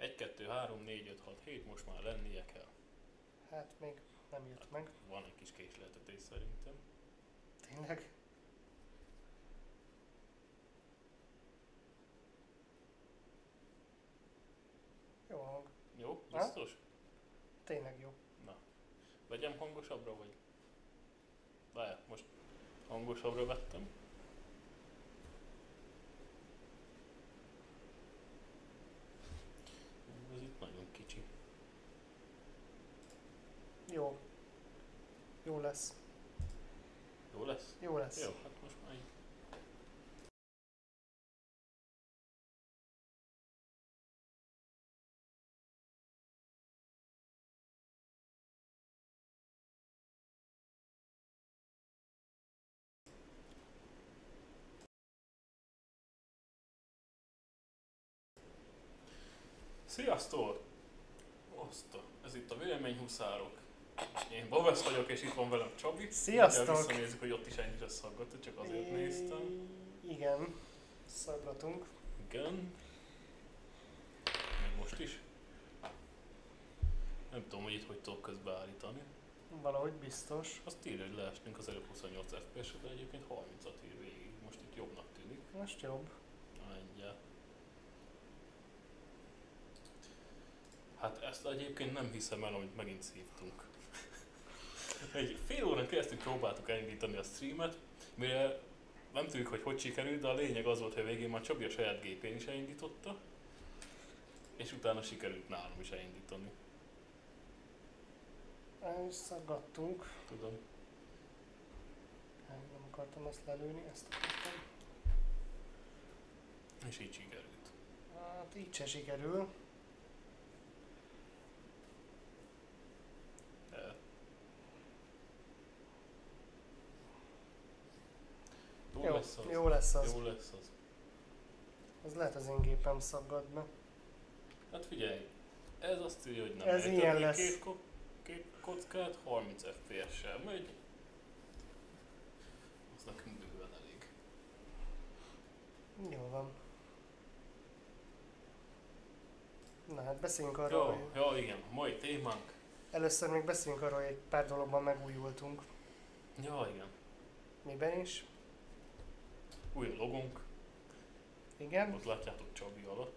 1, 2, 3, 4, 5, 6, 7, most már lennie kell. Hát még nem jött meg. Van egy kis késleltetés szerintem. Tényleg? Jó hang. Jó? Biztos? Tényleg jó. Na. Vegyem hangosabbra, vagy? Várjál, most hangosabbra vettem. Ez itt nagyon kicsi. Jó. Jó lesz. Jó lesz? Jó lesz. Jó, hát most már így. Sziasztok! Oszta! Ez itt a Véleményhuszárok. Én Bovesz vagyok, és itt van velem Csabi. Sziasztok! Mindjárt visszanézzük, hogy ott is ennyire szaggatott, csak azért néztem. Igen. Szaggatunk. Igen. Még most is. Nem tudom, hogy itt hogy tudok közbeállítani. Valahogy biztos. Azt írja, hogy leestünk az előbb 28 FPS-re, de egyébként 30-at ír végig. Most itt jobbnak tűnik. Most jobb. Mindjárt. Hát ezt egyébként nem hiszem el, amit megint szívtunk. Egy fél órán keresztül próbáltuk elindítani a streamet, mire nem tudjuk, hogy sikerült, de a lényeg az volt, hogy végén már Csabi a saját gépén is elindította, és utána sikerült nálam is elindítani. El is szaggattunk. Tudom. Nem akartam ezt lelőni, ezt akartam. És így sikerült. Hát így se sikerül. De... Jó lesz az. Jó lesz az. Jó lesz az. Az lehet az én gépem szaggatna. Hát figyelj, ez azt írja, hogy nem Ez ejteni ilyen lesz. két kockát, 30 FPS-sel megy. Az nekünk bőven elég. Jó van. Na hát beszéljünk arról, hogy... Ja, igen, a mai témánk. Először még beszéljünk arról, hogy egy pár dologban megújultunk. Ja, igen. Miben is? Új a logónk. Igen? Ott látjátok Csabi alatt.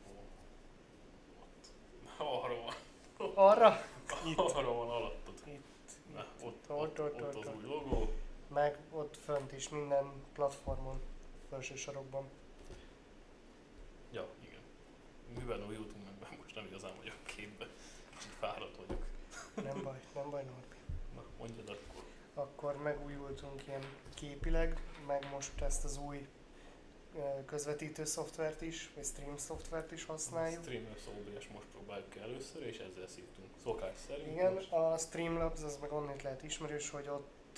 Ott. Arra van. Arra? Itt. Arra van alattad. Itt. Na, Ott, ott az új logó. Meg ott fönt is, minden platformon, felső sarokban. Ja, igen. Mivel újultunk meg, most nem igazán vagyok képbe. Kicsit fáradt vagyok. Nem baj Norbi. Na, mondjad akkor. Akkor megújultunk ilyen képileg, meg most ezt az új közvetítő szoftvert is, vagy stream szoftvert is használjuk. Streamlabs OBS most próbáljuk ki először, és ezzel szívtunk szokás szerint. Igen, most. a Streamlabs az meg onnét lehet ismerős, hogy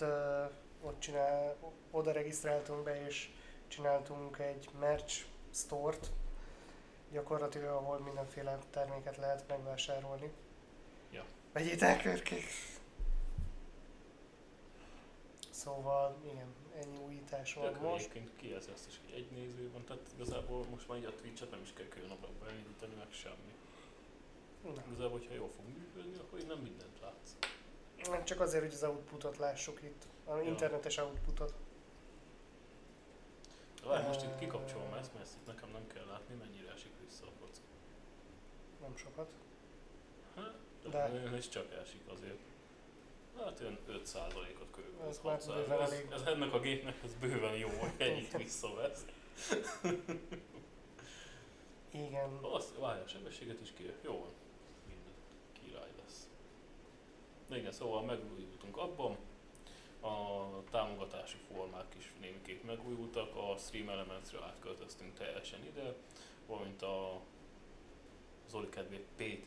oda regisztráltunk be, és csináltunk egy merch store-t, gyakorlatilag ahol mindenféle terméket lehet megvásárolni. Ja. Vegyétek körkék! Szóval, igen, ennyi újítás van Tök most. egyébként kijelzi azt is, hogy egy néző van, tehát igazából most már így a Twitch-et nem is kell külön ablakba elindítani, meg semmi. Na. Igazából, hogyha jól fog működni, akkor így nem mindent látsz. Nem csak azért, hogy az outputot lássuk itt, az internetes outputot. De várj, most itt kikapcsolom ezt, mert ezt itt nekem nem kell látni, mennyire esik vissza a kocka. Nem sokat. Hát, De- és csak esik azért. Hát olyan 5%-ot körülbelül. Ez már 6%. bőven elég. Ez ennek a gépnek ez bőven jó, hogy ennyit visszavesz. Igen. Azt, várj, a sebességet is kér. Jó van. Minden király lesz. De igen, szóval megújultunk abban. A támogatási formák is némiképp megújultak. A Stream Elements-re átköltöztünk teljesen ide. Valamint a Zoli kedvé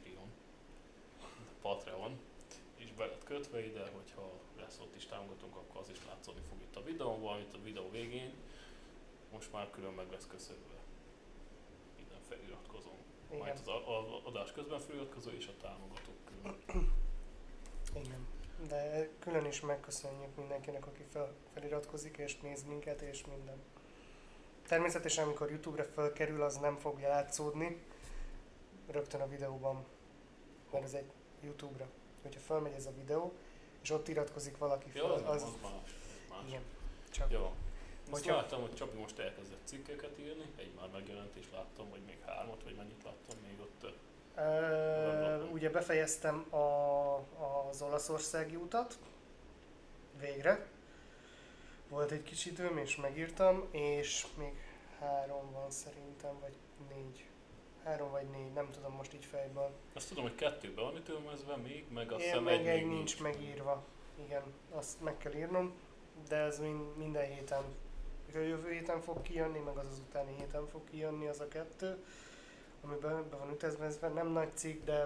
Patreon is be lett kötve ide, hogyha lesz ott is támogatunk, akkor az is látszódni fog itt a videón, valamint a videó végén. Most már külön meg lesz köszönve minden feliratkozón. Igen. Majd az adás közben feliratkozó és a támogatók külön. Igen. De külön is megköszönjük mindenkinek, aki feliratkozik és néz minket és minden. Természetesen amikor YouTube-ra felkerül, az nem fog látszódni. rögtön a videóban, mert ez egy YouTube-ra. Hogyha felmegy ez a videó, és ott iratkozik valaki Ja, fel, az más. igen. Csak Jó. Most Hogyha- láttam, hogy Csabi most elkezdett cikkeket írni, egy már megjelent és láttam, vagy még 3-at, vagy mennyit láttam még ott. ugye befejeztem az olaszországi utat, végre. Volt egy kis időm, és megírtam, és még 3 van szerintem, vagy 4. 3 vagy 4, nem tudom most így fejből. Azt tudom, hogy 2-ben van ütemezve még, meg azt Én hiszem meg egy még nincs megírva. Igen, azt meg kell írnom, de ez minden héten, a jövő héten fog kijönni, meg az utáni héten fog kijönni az a 2, amiben be van ütemezve. Nem nagy cikk, de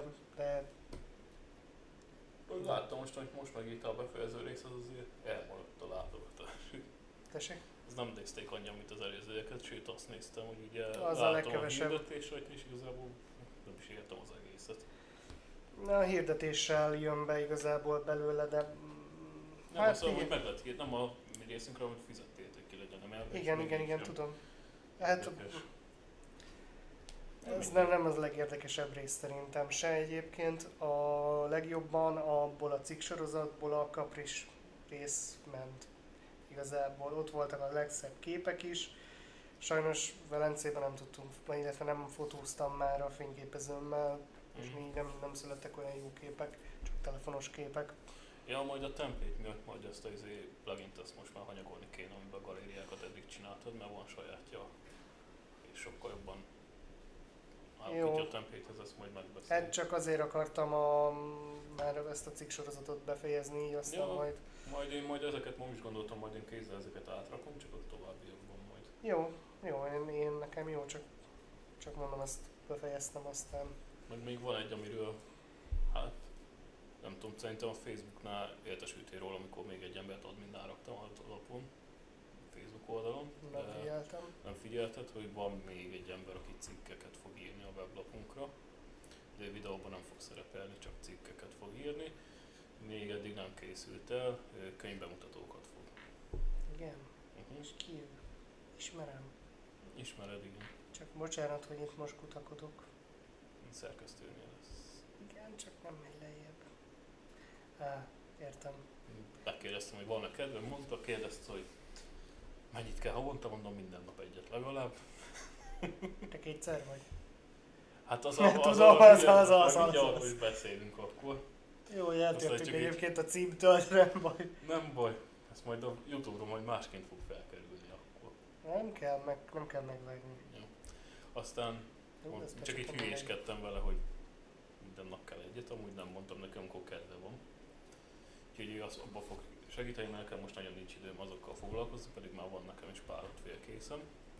Láttam most, hogy most megírta a befejező rész, az azért elmaradt a látogatás. tessék. Ez nem nézték annyian, mint az előzőeket, sőt azt néztem, hogy ugye Az a látom legkevesebb. a hirdetésre, és igazából nem is értem az egészet. Na, a hirdetéssel jön be igazából belőle, de Nem hát azt mondom, hogy igen, meg lehet nem a mi részünkre, hogy fizettétek ki legyen, nem elvég. igen, tudom. Hát Érdekes. ez nem az a legérdekesebb rész szerintem se egyébként. A legjobban abból a cikksorozatból a Kapris rész ment. Igazából ott voltak a legszebb képek is. Sajnos Velencében nem tudtunk, illetve nem fotóztam már a fényképezőmmel, és így nem születtek olyan jó képek, csak telefonos képek. Ja, majd a template miatt majd ezt a plugin-t azt most már hanyagolni kéne, amiben a galériákat eddig csináltad, mert van sajátja, és sokkal jobban Jó. állapítja a template-hez, ezt majd megbeszéljük. Hát csak azért akartam már ezt a cikksorozatot befejezni, így aztán Ja. majd... Majd ezeket ma is gondoltam, majd én kézzel ezeket átrakom, csak a továbbiakban majd. Jó, én nekem jó, csak mondom, ezt befejeztem, aztán... Meg még van egy, amiről, hát nem tudom, szerintem a Facebooknál értesültél róla, amikor még egy embert adminnál raktam az alapon, a Facebook oldalon. Nem de figyeltem. nem figyelted, hogy van még egy ember, aki cikkeket fog írni a weblapunkra, de videóban nem fog szerepelni, csak cikkeket fog írni. Még eddig nem készült el, könyvbemutatókat fog. Igen, és ki ő? Ismerem. Ismered, igen. Csak bocsánat, hogy itt most kutakodok. Szerkesztőnél lesz. Igen, csak nem megy lejjebb. Értem. Megkérdeztem, hogy van-e kedvem, mondta, kérdezte, hogy mennyit kell havonta, mondom minden nap egyet legalább. Te kétszer vagy? Hát az Tudom, az. mindjárt, hogy beszélünk akkor. Jó, hogy Aztán eltértünk csak egyébként a címtől, de nem baj. Nem baj, ezt majd a Youtube-ron majd másként fog felkerülni akkor. Nem kell megvágni. Jó. Aztán Jó, ezt csak így becsuktam hülyéskedtem vele, hogy minden nap kell egyet, amúgy nem mondtam neki, amikor kedve van. Úgyhogy ő azt abban fog segíteni, mert nekem most nagyon nincs időm azokkal foglalkozni, pedig már van nekem is pár félkészen.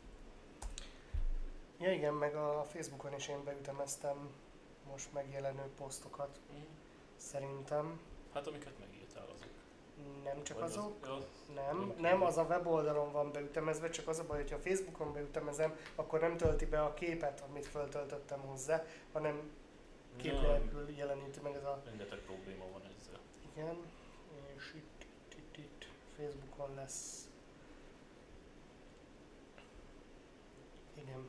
Ja igen, meg a Facebookon is én beütemeztem most megjelenő posztokat, szerintem. Hát amiket megírtál azok. Nem csak Vagy azok. az Nem, az a weboldalon van beütemezve, csak az a baj, hogyha a Facebookon beütemezem, akkor nem tölti be a képet, amit föltöltöttem hozzá, hanem kép Nem. nélkül jeleníti meg ez a... Rengeteg probléma van ezzel. Igen, és itt Facebookon lesz. Igen.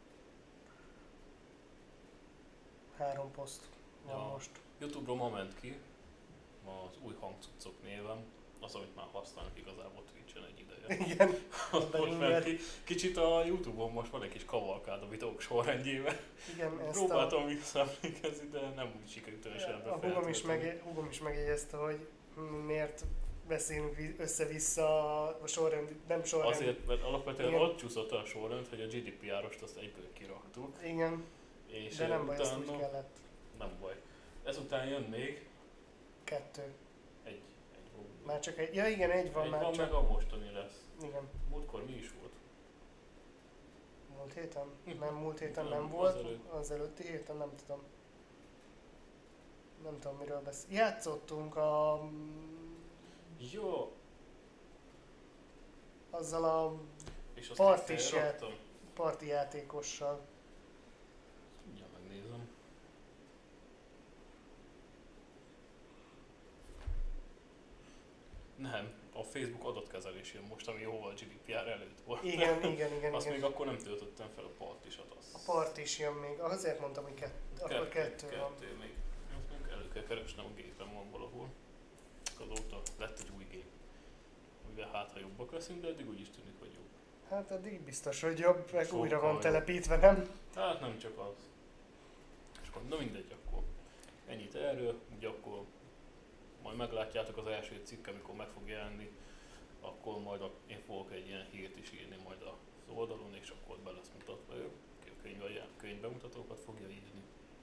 3 poszt van Ja. most. Youtube-ról ma ment ki az új hangcuccok névem, az, amit már használnak igazából Twitch-en egy ideje. Igen, Az de most inger. ment ki. Kicsit a Youtube-on most van egy kis kavalkád a videók sorrendjével. igen, ezt Próbáltam visszaemlékezni, de nem úgy sikerült teljesen a húgom is megjegyezte, hogy miért beszélünk össze-vissza a sorrend, nem sorrend. Azért, mert alapvetően Igen. ott csúszott a sorrend, hogy a GDPR-ost azt egyből kiraktuk. Igen, És de nem baj, ezt úgy utána, kellett. nem baj. Ezután jön még 2. egy volt. Már csak egy, ja igen, egy van Egy már van, csak. meg a mostani lesz. Igen, Múltkor mi is volt? múlt héten? Mhm. Nem, múlt héten Nem, nem volt, azelőtt. az előtti héten nem tudom. Nem tudom miről beszél. Játszottunk a... Jó, azzal a és azt Part én is felraktam. parti játékossal. Mindjárt megnézem. Nem, a Facebook adatkezelés jön most, ami jóval GDPR előtt volt. Igen. Azt még akkor nem töltöttem fel a partisat. A part is jön még, azért mondtam, hogy akkor kettő van. Kettő még. Azt még elő kell keresnem, a gépen van valahol. Azóta lett egy új gép. Mivel hát ha jobbak leszünk, de eddig úgy is tűnik, hogy jobb. Hát eddig biztos, hogy jobb, meg Sokkal újra van jobb. telepítve, nem? Hát nem csak az. És akkor, na mindegy akkor. Ennyit erről, ugye akkor majd meglátjátok az első cikk, amikor meg fog jelenni, akkor majd én fogok egy ilyen hírt is írni majd az oldalon, és akkor be lesz mutatva ő, aki a könyvbemutatókat fogja írni.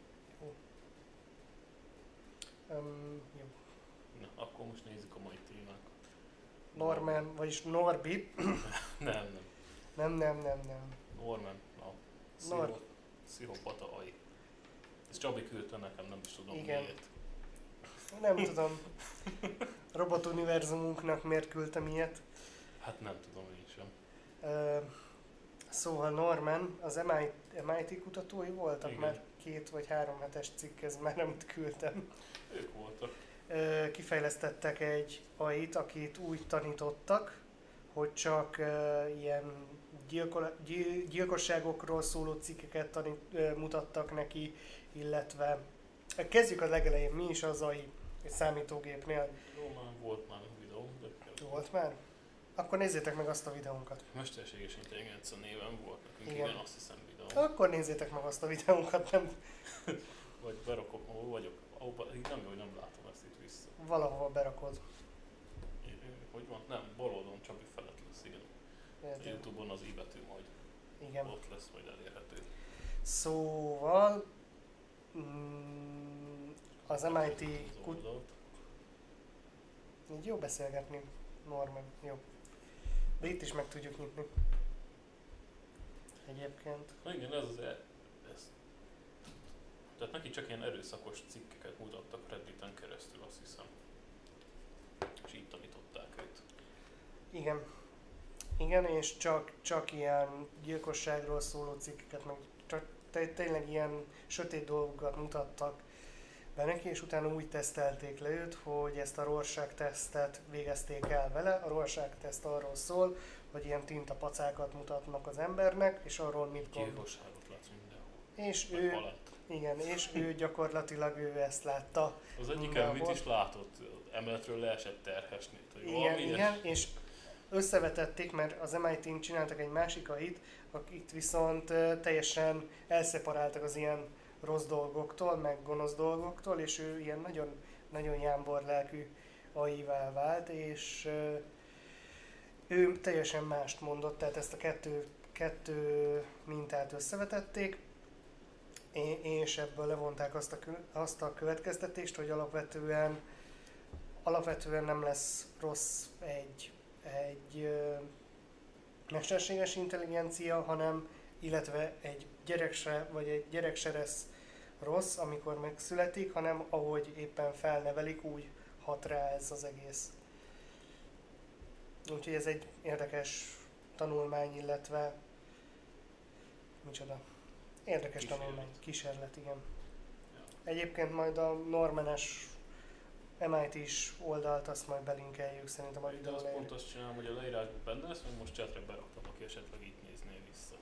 Jó. Na, akkor most nézzük a mai témát. Norman, vagyis Norbi. Nem. Nem. Norman, a pszichopata AI. Ez Csabi küldte nekem, nem is tudom Igen. miért. Nem tudom. Robotuniverzumunknak miért küldtem ilyet. Hát nem tudom én sem. Szóval Norman, az MIT kutatói voltak, Igen. már 2 vagy 3 hetes cikk, ez már nem küldtem. Ők voltak. Kifejlesztettek egy AI-t, akit úgy tanítottak, hogy csak ilyen gyilkosságokról szóló cikkeket mutattak neki, illetve kezdjük a legelején, mi is az AI egy számítógépnél. Jó, már volt már videó, de... Volt már? Akkor nézzétek meg azt a videónkat. Mesterséges intelligencia néven volt nekünk, Igen. igen, azt hiszem videó. Akkor nézzétek meg azt a videónkat, nem Vagy berakok, ahol vagyok. Így nem jó, hogy nem látom ezt itt vissza. valahol berakod. Hogy van? Nem, bal oldalon Csabi felett lesz, igen. A Érted? Youtube-on az i betű majd. Igen. Ott lesz majd elérhető. Szóval az MIT Az oldalt. így jó beszélgetni, Norman, jó. De itt is meg tudjuk nyitni. Egyébként. Na igen, ez. Tehát neki csak ilyen erőszakos cikkeket mutattak Redditen keresztül, azt hiszem. És így tanították őt. Igen, és csak ilyen gyilkosságról szóló cikkeket, meg csak tényleg ilyen sötét dolgokat mutattak be neki, és utána úgy tesztelték le őt, hogy ezt a Rorschach-tesztet végezték el vele. A Rorschach-teszt arról szól, hogy ilyen tintapacákat mutatnak az embernek, és arról mit gondol. Gyilkosságot látsz mindenhol. És Meg ő, halált. igen, és ő gyakorlatilag ezt látta. Az egyik mindenhol. mit is látott, emeletről leesett terhesni. Igen, és összevetették, mert az MIT-n csináltak egy másik AI-t, akik viszont teljesen elszeparáltak az ilyen rossz dolgoktól, meg gonosz dolgoktól, és ő ilyen nagyon, nagyon jámbor lelkű AI-vá vált, és ő teljesen mást mondott, tehát ezt a kettő mintát összevetették, és ebből levonták azt a következtetést, hogy alapvetően nem lesz rossz egy mesterséges intelligencia, hanem illetve egy gyerek se lesz rossz, amikor megszületik, hanem ahogy éppen felnevelik, úgy hat rá ez az egész. Úgyhogy ez egy érdekes tanulmány, illetve micsoda? Érdekes tanulmány, kísérlet, igen. Ja. Egyébként majd a Norman-es MIT-s oldalt azt majd belinkeljük szerintem a De videó azt elején. pont azt csinálom, hogy a leírásban benne lesz, meg most chatre beraktam, aki esetleg itt nézné vissza.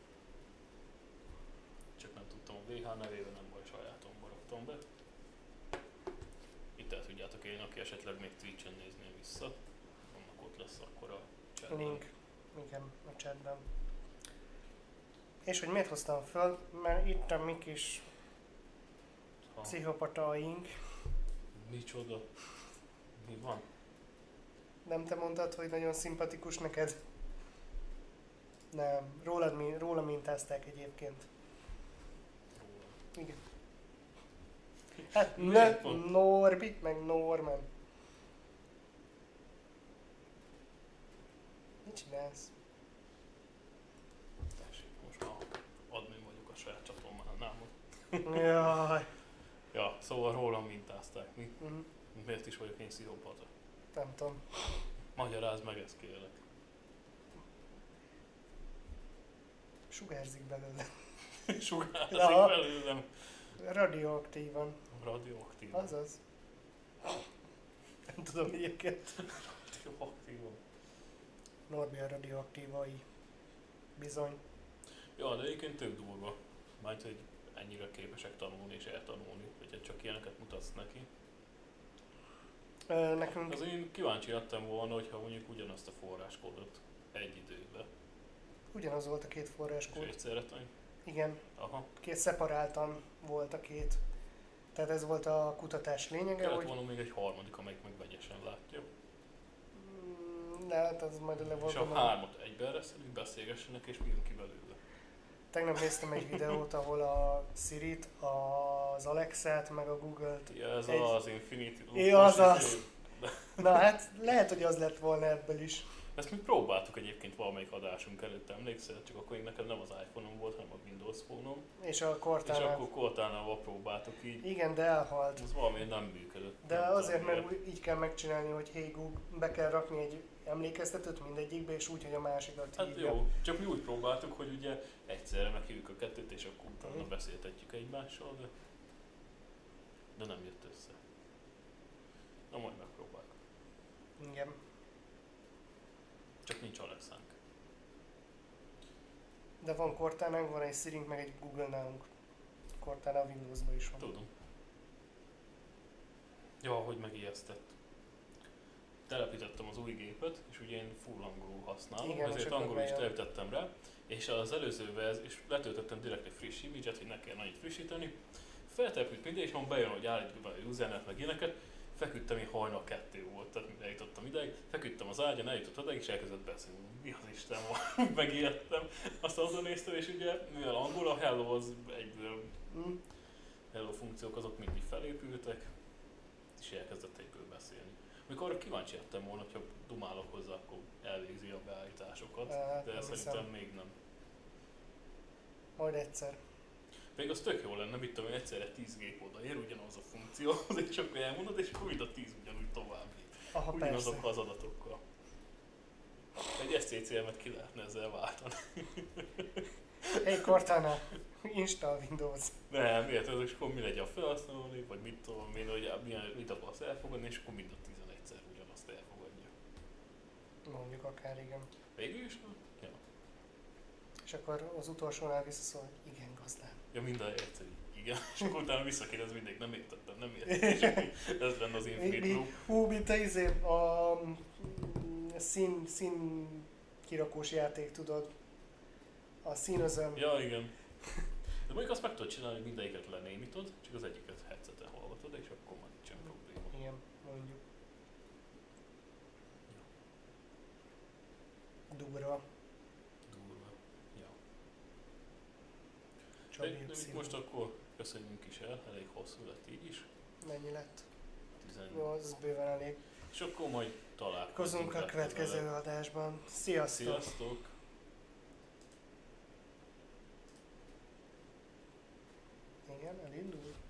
Csak nem tudtam a VH nevével, nem baj, sajátomba raktam be. Itt el tudjátok élni, aki esetleg még Twitch-en nézné vissza. Annak ott lesz akkor a chatben. Link, igen, a chatben. És hogy miért hoztam föl? Mert itt a mi kis pszichopataink. Micsoda? Mi van? Nem te mondtad, hogy nagyon szimpatikus neked? Nem, róla mintázták egyébként. Róla. Igen. Hát Miért pont? Norbi, meg Norman. Mit csinálsz? Tessék, most már admin vagyok a saját csatornánál. Jaj. Ja, szóval rólam mintázták mi. Mhm. Miért is vagyok én pszichopata? Nem tudom. Magyarázd meg ezt, kérlek. Sugárzik belőle. Sugárzik Ja. belőlem. Radioaktívan. Radioaktív. Azaz. Nem tudom egyébként. Radioaktívan. Norbi a radioaktívai. Bizony. Ja, de egyébként tök durva. Majd, hogy ennyire képesek tanulni és eltanulni, hogyha csak ilyeneket mutatsz neki. Nekünk Az én kíváncsi lettem volna, hogyha mondjuk ugyanazt a forráskódot egy időben, ugyanaz volt a két és forráskód. egyszerre tanulni. Igen, Aha. két szeparáltan volt a két. Tehát ez volt a kutatás lényege, Kellett hogy volna még egy harmadik, amelyik meg vegyesen látja. de hát az majd le volt És a gondolva. hármat egyben reszelünk, beszélgessenek és mi jön ki belőle. Tegnap néztem egy videót, ahol a Sirit, az Alexát, meg a Google-t. Ja, ez Egy- az Infinity Loop. Ja, most az. izé- Na hát lehet, hogy az lett volna ebből is. Ezt mi próbáltuk egyébként valamelyik adásunk előtt, emlékszel? Csak akkor még neked nem az iPhone-om volt, hanem a Windows Phone-om. És a És Cortana. akkor Cortánával próbáltuk így. Igen, de elhalt. Ez valami nem működött. De Nem azért, tudom, mert így kell megcsinálni, hogy hey Google, be kell rakni egy emlékeztetőt mindegyikbe, és úgy, hogy a másikat hát hívja. jó, csak mi úgy próbáltuk, hogy ugye egyszerre meghívjuk a kettőt, és akkor utána Mhm. beszéltetjük egymással, de nem jött össze. Na majd megpróbáljuk. Igen. Csak nincs Alexánk. De van Cortánánk, van egy Sirink, meg egy Google nálunk. Cortana a Windowsban is van. Tudom. Ja, hogy megijesztett. Telepítettem az új gépet, és ugye én full angolul használom, Igen, és ezért akkor angolul is bejön. telepítettem rá, és az előzővel és letöltöttem direkt egy friss image-et, hogy ne kell annyit frissíteni. Feltelepült minden, és ha bejön, hogy állítjuk be a usernet meg ilyeneket, feküdtem, én hajnal 2 volt, tehát mire eljutottam ideig, feküdtem az ágyon, eljutott odáig, és elkezdett beszélni. Mi az Isten van? Megijedtem. Aztán azon néztem, és ugye, mivel angol, a hello az egyből, Hm? hello funkciók azok mindig felépültek, és elkezdett egyből beszélni. Amikor arra kíváncsi lettem volna, hogyha dumálok hozzá, akkor elvégzi a beállításokat, Hát, de nem szerintem hiszem. még nem. Majd egyszer. Pedig az tök jó lenne, mit tudom én, egyszerre 10 gép odaér, ugyanaz a funkcióhoz, és akkor elmondod, és akkor mind a 10 ugyanúgy tovább lép. Aha, persze. Ugyanazokkal az adatokkal. Egy SCCM-et ki lehetne ezzel váltani. Hey Cortana, install Windows. Nem, miért ez, és akkor mi legyen a felhasználónév, vagy mit tudom én, hogy mit akarsz elfogadni, és akkor mind a 11-szer ugyanazt elfogadja. Mondjuk akár igen. Végül is nem? Ja. És akkor az utolsónál visszaszól, hogy igen, gazdám. Ja, minden egyszer igen. És akkor utána visszakérdez mindig, nem értettem, nem értettem. És akkor ez lenne az Infinite Loop. Hú, mint a szín kirakós játék, tudod. A színözöm. Ja, igen. De mondjuk azt meg tudod csinálni, hogy mindegyiket lenémítod, csak az egyiket headseten hallgatod, és akkor már nincsen probléma. Igen, mondjuk. Durva. Durva. Ja. Csabi De Y. most akkor köszönjünk is el, elég hosszú lett így is. Mennyi lett? 10. Jó, az bőven elég. És akkor majd találkozunk. Kozunk a következő legközelebb. adásban. Sziasztok! Sziasztok! Igen, elindul.